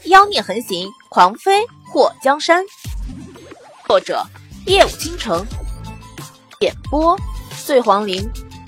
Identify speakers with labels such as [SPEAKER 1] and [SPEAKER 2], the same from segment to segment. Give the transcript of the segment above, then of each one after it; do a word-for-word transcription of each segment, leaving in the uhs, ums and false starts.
[SPEAKER 1] 妖孽横行，狂飞祸江山。作者：夜舞倾城，演播：醉黄林。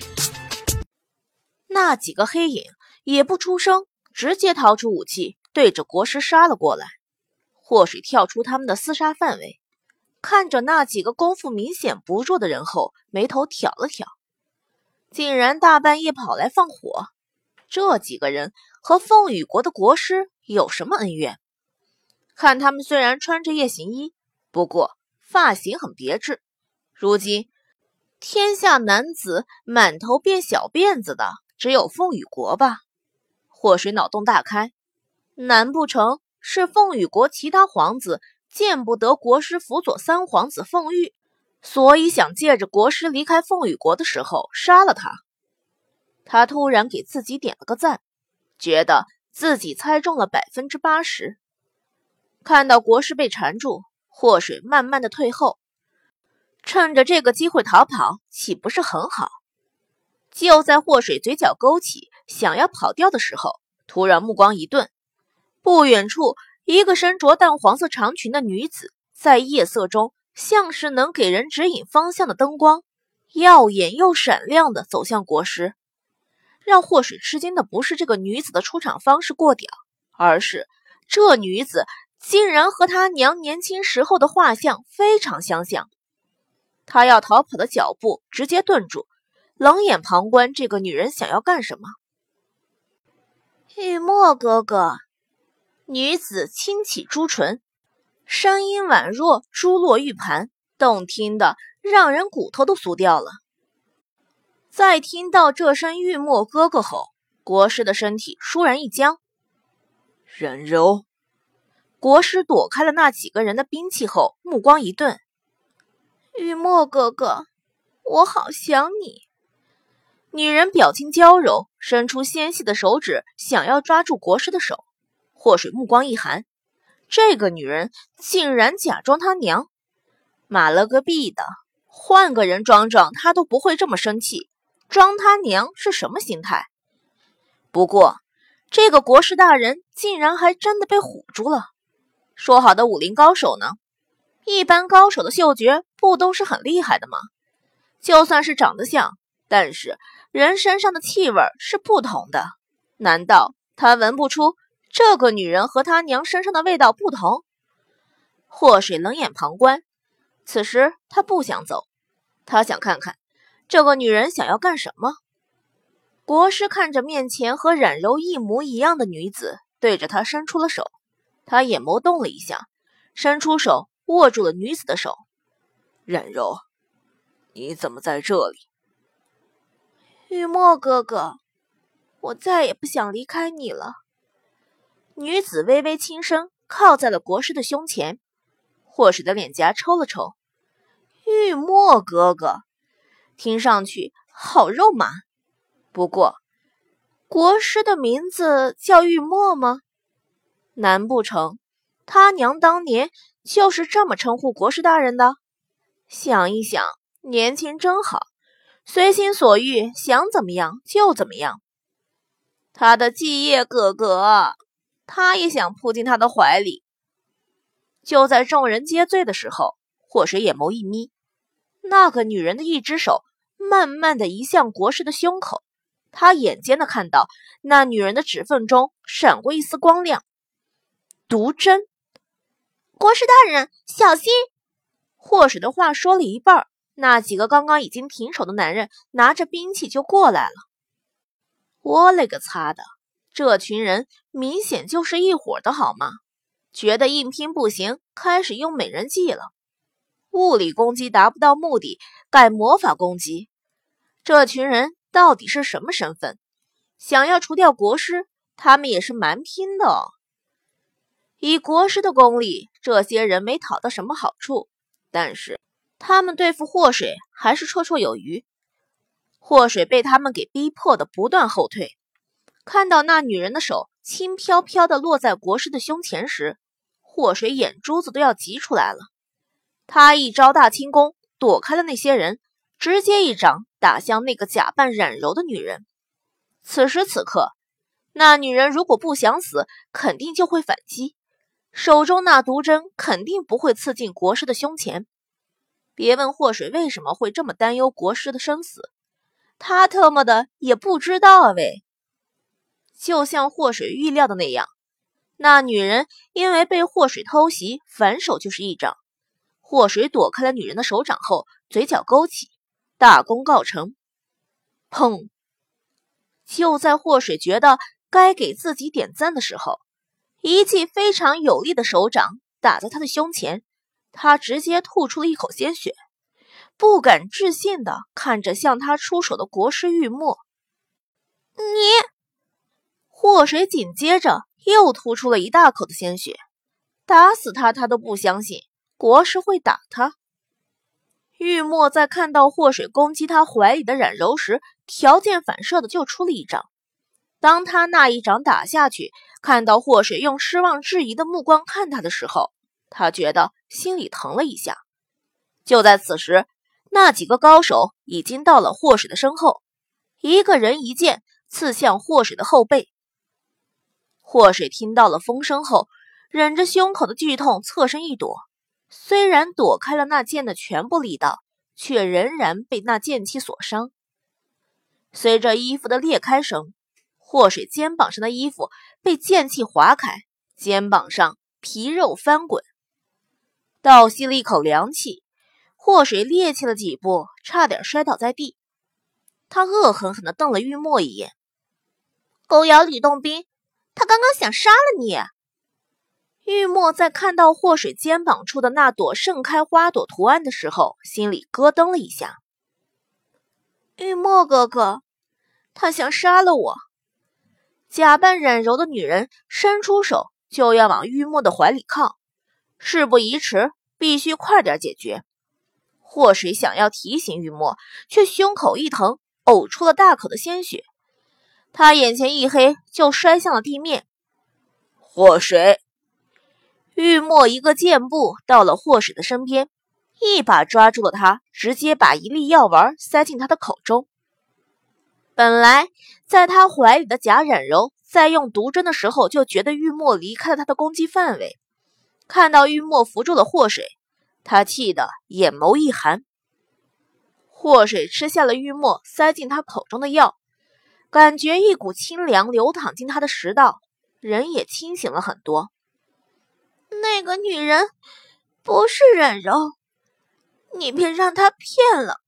[SPEAKER 1] 那几个黑影也不出声，直接掏出武器，对着国师杀了过来。祸水跳出他们的厮杀范围，看着那几个功夫明显不弱的人后，眉头挑了挑，竟然大半夜跑来放火。这几个人和凤羽国的国师有什么恩怨？看他们虽然穿着夜行衣，不过发型很别致。如今天下男子满头变小辫子的只有凤羽国吧？祸水脑洞大开，难不成是凤羽国其他皇子见不得国师辅佐三皇子凤玉，所以想借着国师离开凤羽国的时候杀了他？他突然给自己点了个赞，觉得自己猜中了百分之八十。看到国师被缠住，祸水慢慢的退后，趁着这个机会逃跑，岂不是很好？就在祸水嘴角勾起，想要跑掉的时候，突然目光一顿，不远处一个身着淡黄色长裙的女子，在夜色中像是能给人指引方向的灯光，耀眼又闪亮的走向国师。让祸水吃惊的不是这个女子的出场方式过屌，而是这女子竟然和她娘年轻时候的画像非常相像。他要逃跑的脚步直接顿住，冷眼旁观这个女人想要干什么。玉墨哥哥，女子轻启朱唇，声音宛若珠落玉盘，动听的让人骨头都酥掉了。在听到这声玉墨哥哥后，国师的身体倏然一僵。
[SPEAKER 2] 冉柔，
[SPEAKER 1] 国师躲开了那几个人的兵器后，目光一顿。玉墨哥哥，我好想你。女人表情娇柔，伸出纤细的手指想要抓住国师的手。祸水目光一寒，这个女人竟然假装他娘，妈了个逼的，换个人装装他都不会这么生气，装他娘是什么心态？不过这个国师大人竟然还真的被唬住了。说好的武林高手呢？一般高手的嗅觉不都是很厉害的吗？就算是长得像，但是人身上的气味是不同的，难道他闻不出这个女人和他娘身上的味道不同？祸水冷眼旁观，此时他不想走，他想看看这个女人想要干什么。国师看着面前和冉柔一模一样的女子，对着她伸出了手。他眼眸动了一下，伸出手握住了女子的手。
[SPEAKER 2] 冉柔，你怎么在这里？
[SPEAKER 1] 玉墨哥哥，我再也不想离开你了。女子微微轻声，靠在了国师的胸前。祸水的脸颊抽了抽。玉墨哥哥，听上去好肉麻。不过，国师的名字叫玉墨吗？难不成他娘当年就是这么称呼国师大人的？想一想，年轻真好，随心所欲，想怎么样就怎么样。他的继业哥哥，他也想扑进他的怀里。就在众人皆醉的时候，祸水眼眸一眯，那个女人的一只手慢慢的移向国师的胸口，他眼尖的看到那女人的指缝中闪过一丝光亮。毒针！国师大人，小心！祸水的话说了一半，那几个刚刚已经停手的男人拿着兵器就过来了。我勒个擦的，这群人明显就是一伙的好吗？觉得硬拼不行，开始用美人计了。物理攻击达不到目的，改魔法攻击。这群人到底是什么身份？想要除掉国师，他们也是蛮拼的哦。以国师的功力，这些人没讨到什么好处，但是他们对付祸水还是绰绰有余。祸水被他们给逼迫的不断后退，看到那女人的手轻飘飘的落在国师的胸前时，祸水眼珠子都要挤出来了。他一招大轻功躲开了那些人，直接一掌打向那个假扮冉柔的女人。此时此刻，那女人如果不想死，肯定就会反击， 手中那毒针肯定不会刺进国师的胸前。别问祸水为什么会这么担忧国师的生死，他特么的也不知道啊喂。就像祸水预料的那样，那女人因为被祸水偷袭，反手就是一掌。祸水躲开了女人的手掌后，嘴角勾起，大功告成。砰！就在祸水觉得该给自己点赞的时候，一记非常有力的手掌打在他的胸前，他直接吐出了一口鲜血，不敢置信地看着向他出手的国师玉墨。你！祸水紧接着又吐出了一大口的鲜血，打死他他都不相信国师会打他。玉墨在看到祸水攻击他怀里的冉柔时，条件反射的就出了一掌。当他那一掌打下去，看到祸水用失望质疑的目光看他的时候，他觉得心里疼了一下。就在此时，那几个高手已经到了祸水的身后，一个人一剑刺向祸水的后背。祸水听到了风声后，忍着胸口的剧痛侧身一躲，虽然躲开了那剑的全部力道，却仍然被那剑气所伤。随着衣服的裂开声，祸水肩膀上的衣服被剑气划开，肩膀上皮肉翻滚。倒吸了一口凉气，祸水趔趄了几步，差点摔倒在地。他恶狠狠地瞪了玉墨一眼：“狗咬吕洞宾，他刚刚想杀了你。”玉墨在看到祸水肩膀处的那朵盛开花朵图案的时候，心里咯噔了一下。玉墨哥哥，他想杀了我。假扮冉柔的女人伸出手就要往玉墨的怀里靠，事不宜迟，必须快点解决。祸水想要提醒玉墨，却胸口一疼，呕出了大口的鲜血。他眼前一黑，就摔向了地面。
[SPEAKER 2] 祸水！
[SPEAKER 1] 玉墨一个箭步到了祸水的身边，一把抓住了他，直接把一粒药丸塞进他的口中。本来在他怀里的贾冉柔在用毒针的时候就觉得玉墨离开了他的攻击范围，看到玉墨扶住了祸水，他气得眼眸一寒。祸水吃下了玉墨塞进他口中的药，感觉一股清凉流淌进他的食道，人也清醒了很多。那个女人不是冉柔，你别让她骗了。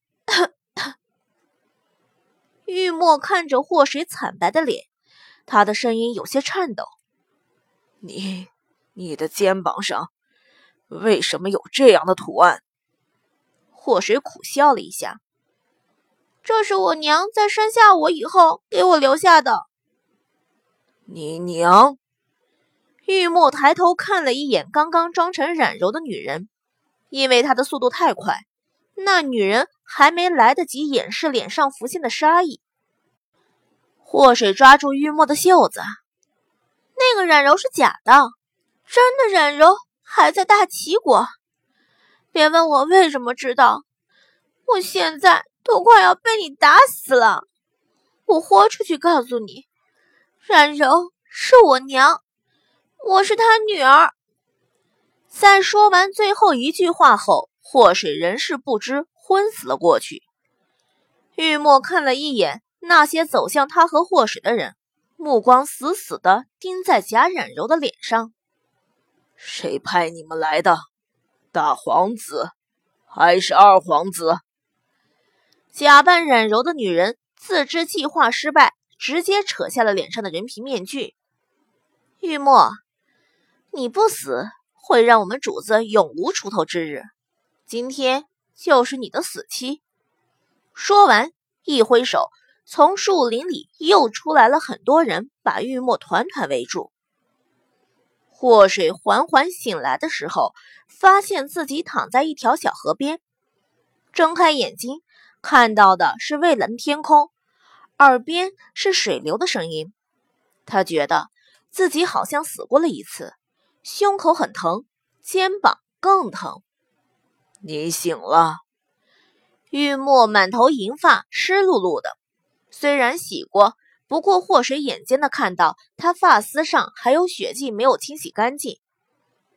[SPEAKER 1] 玉墨看着祸水惨白的脸，他的声音有些颤抖。
[SPEAKER 2] 你，你的肩膀上为什么有这样的图案？
[SPEAKER 1] 祸水苦笑了一下。这是我娘在生下我以后给我留下的。
[SPEAKER 2] 你娘？
[SPEAKER 1] 玉墨抬头看了一眼刚刚装成冉柔的女人，因为她的速度太快，那女人还没来得及掩饰脸上浮现的杀意。祸水抓住玉墨的袖子，那个冉柔是假的，真的冉柔还在大齐国。别问我为什么知道，我现在都快要被你打死了。我豁出去告诉你，冉柔是我娘，我是她女儿。在说完最后一句话后，祸水人事不知，昏死了过去。玉墨看了一眼那些走向他和祸水的人，目光死死地盯在贾冉柔的脸上。
[SPEAKER 2] 谁派你们来的？大皇子还是二皇子？
[SPEAKER 1] 假扮冉柔的女人自知计划失败，直接扯下了脸上的人皮面具。玉墨，你不死会让我们主子永无出头之日，今天就是你的死期。说完一挥手，从树林里又出来了很多人，把玉墨团团围住。祸水缓缓醒来的时候，发现自己躺在一条小河边，睁开眼睛看到的是蔚蓝天空，耳边是水流的声音。他觉得自己好像死过了一次，胸口很疼，肩膀更疼。
[SPEAKER 2] 你醒了。
[SPEAKER 1] 玉墨满头银发，湿漉漉的，虽然洗过，不过祸水眼尖的看到他发丝上还有血迹没有清洗干净。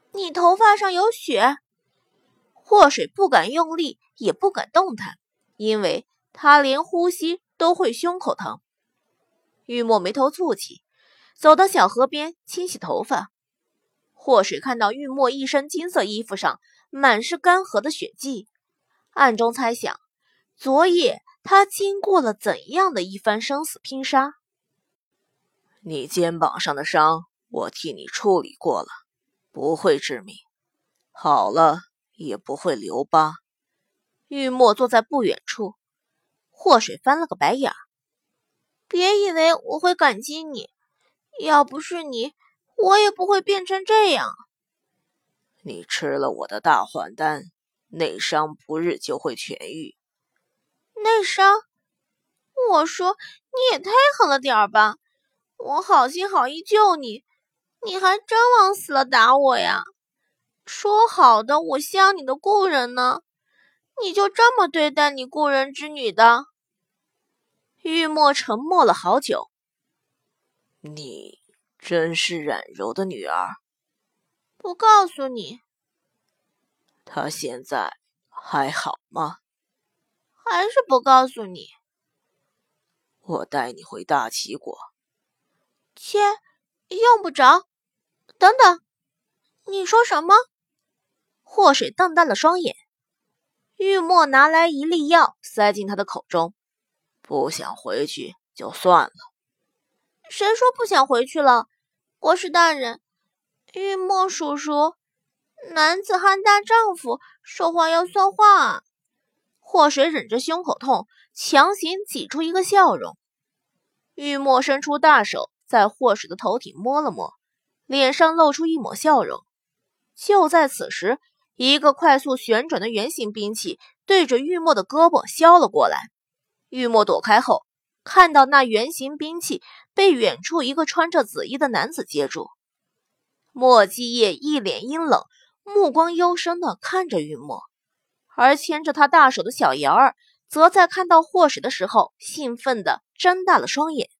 [SPEAKER 1] 你头发上有血。祸水不敢用力，也不敢动弹，因为他连呼吸都会胸口疼。玉墨眉头蹙起，走到小河边清洗头发。祸水看到玉墨一身金色衣服上满是干涸的血迹，暗中猜想，昨夜他经过了怎样的一番生死拼杀。
[SPEAKER 2] 你肩膀上的伤我替你处理过了，不会致命，好了也不会留疤。
[SPEAKER 1] 玉墨坐在不远处，祸水翻了个白眼。别以为我会感激你，要不是你，我也不会变成这样。
[SPEAKER 2] 你吃了我的大还丹，内伤不日就会痊愈。
[SPEAKER 1] 内伤？我说你也太狠了点儿吧，我好心好意救你，你还真往死了打我呀！说好的我像你的故人呢，你就这么对待你故人之女的？玉墨沉默了好久。
[SPEAKER 2] 你真是冉柔的女儿？
[SPEAKER 1] 不告诉你。
[SPEAKER 2] 她现在还好吗？
[SPEAKER 1] 还是不告诉你。
[SPEAKER 2] 我带你回大齐国。
[SPEAKER 1] 切，用不着。等等，你说什么？祸水瞪大了双眼。玉墨拿来一粒药塞进他的口中。
[SPEAKER 2] 不想回去就算了。
[SPEAKER 1] 谁说不想回去了？国师大人，玉墨叔叔，男子汉大丈夫，说话要算话啊。祸水忍着胸口痛，强行挤出一个笑容。玉墨伸出大手，在祸水的头顶摸了摸，脸上露出一抹笑容。就在此时，一个快速旋转的圆形兵器对着玉墨的胳膊削了过来。玉墨躲开后，看到那圆形兵器被远处一个穿着紫衣的男子接住。莫继业一脸阴冷，目光幽深地看着玉墨，而牵着他大手的小瑶儿则在看到祸水的时候兴奋地睁大了双眼。